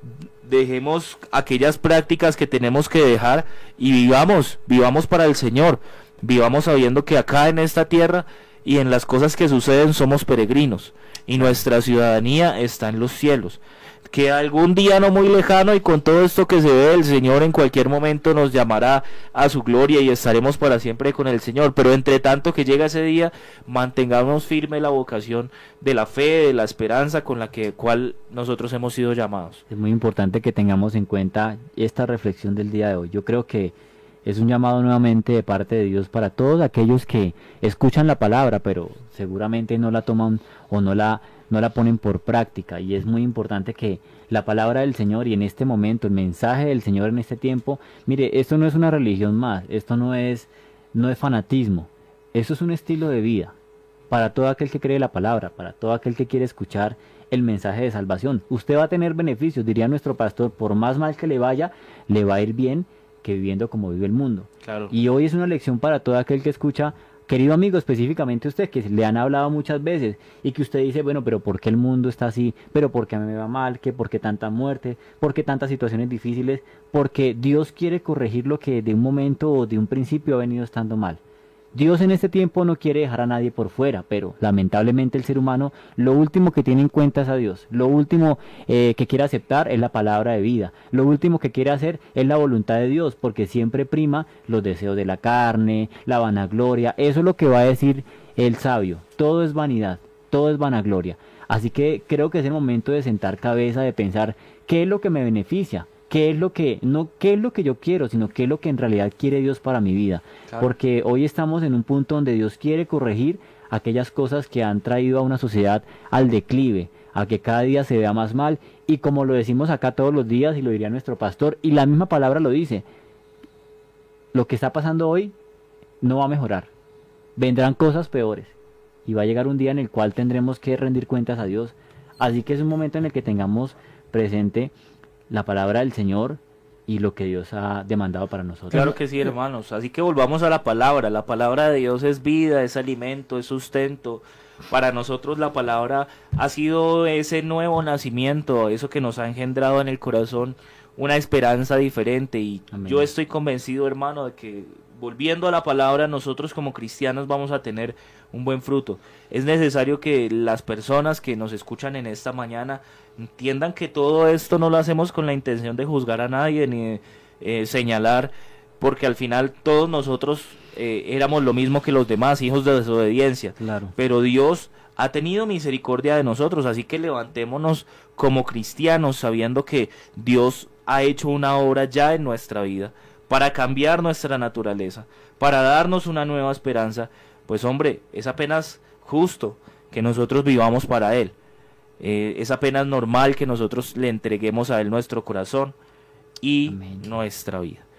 dejemos aquellas prácticas que tenemos que dejar y vivamos para el Señor, vivamos sabiendo que acá en esta tierra y en las cosas que suceden somos peregrinos y nuestra ciudadanía está en los cielos, que algún día no muy lejano y con todo esto que se ve, el Señor en cualquier momento nos llamará a su gloria y estaremos para siempre con el Señor, pero entre tanto que llega ese día, mantengamos firme la vocación de la fe, de la esperanza con la cual nosotros hemos sido llamados. Es muy importante que tengamos en cuenta esta reflexión del día de hoy. Yo creo que es un llamado nuevamente de parte de Dios para todos aquellos que escuchan la palabra, pero seguramente no la toman o no la ponen por práctica, y es muy importante que la palabra del Señor y en este momento el mensaje del Señor en este tiempo, mire, esto no es una religión más, esto no es fanatismo, esto es un estilo de vida para todo aquel que cree la palabra, para todo aquel que quiere escuchar el mensaje de salvación. Usted va a tener beneficios, diría nuestro pastor, por más mal que le vaya, le va a ir bien que viviendo como vive el mundo. Claro. Y hoy es una lección para todo aquel que escucha. Querido amigo, específicamente usted, que le han hablado muchas veces y que usted dice, bueno, pero ¿por qué el mundo está así? ¿Pero por qué me va mal? ¿Por qué tanta muerte? ¿Por qué tantas situaciones difíciles? Porque Dios quiere corregir lo que de un momento o de un principio ha venido estando mal. Dios en este tiempo no quiere dejar a nadie por fuera, pero lamentablemente el ser humano lo último que tiene en cuenta es a Dios. Lo último que quiere aceptar es la palabra de vida. Lo último que quiere hacer es la voluntad de Dios, porque siempre prima los deseos de la carne, la vanagloria. Eso es lo que va a decir el sabio. Todo es vanidad, todo es vanagloria. Así que creo que es el momento de sentar cabeza, de pensar qué es lo que me beneficia. ¿Qué es lo que, no qué es lo que yo quiero, sino qué es lo que en realidad quiere Dios para mi vida? Claro. Porque hoy estamos en un punto donde Dios quiere corregir aquellas cosas que han traído a una sociedad al declive, a que cada día se vea más mal, y como lo decimos acá todos los días, y lo diría nuestro pastor, y la misma palabra lo dice, lo que está pasando hoy no va a mejorar, vendrán cosas peores, y va a llegar un día en el cual tendremos que rendir cuentas a Dios. Así que es un momento en el que tengamos presente la palabra del Señor y lo que Dios ha demandado para nosotros. Claro que sí, hermanos. Así que volvamos a la palabra. La palabra de Dios es vida, es alimento, es sustento. Para nosotros la palabra ha sido ese nuevo nacimiento, eso que nos ha engendrado en el corazón una esperanza diferente. Y Amén. yo estoy convencido, hermano, de que volviendo a la palabra, nosotros como cristianos vamos a tener un buen fruto. Es necesario que las personas que nos escuchan en esta mañana entiendan que todo esto no lo hacemos con la intención de juzgar a nadie ni señalar, porque al final todos nosotros éramos lo mismo que los demás, hijos de desobediencia. Claro. Pero Dios ha tenido misericordia de nosotros, así que levantémonos como cristianos sabiendo que Dios ha hecho una obra ya en nuestra vida para cambiar nuestra naturaleza, para darnos una nueva esperanza. Pues hombre, es apenas justo que nosotros vivamos para Él. Es apenas normal que nosotros le entreguemos a Él nuestro corazón y Amén. nuestra vida.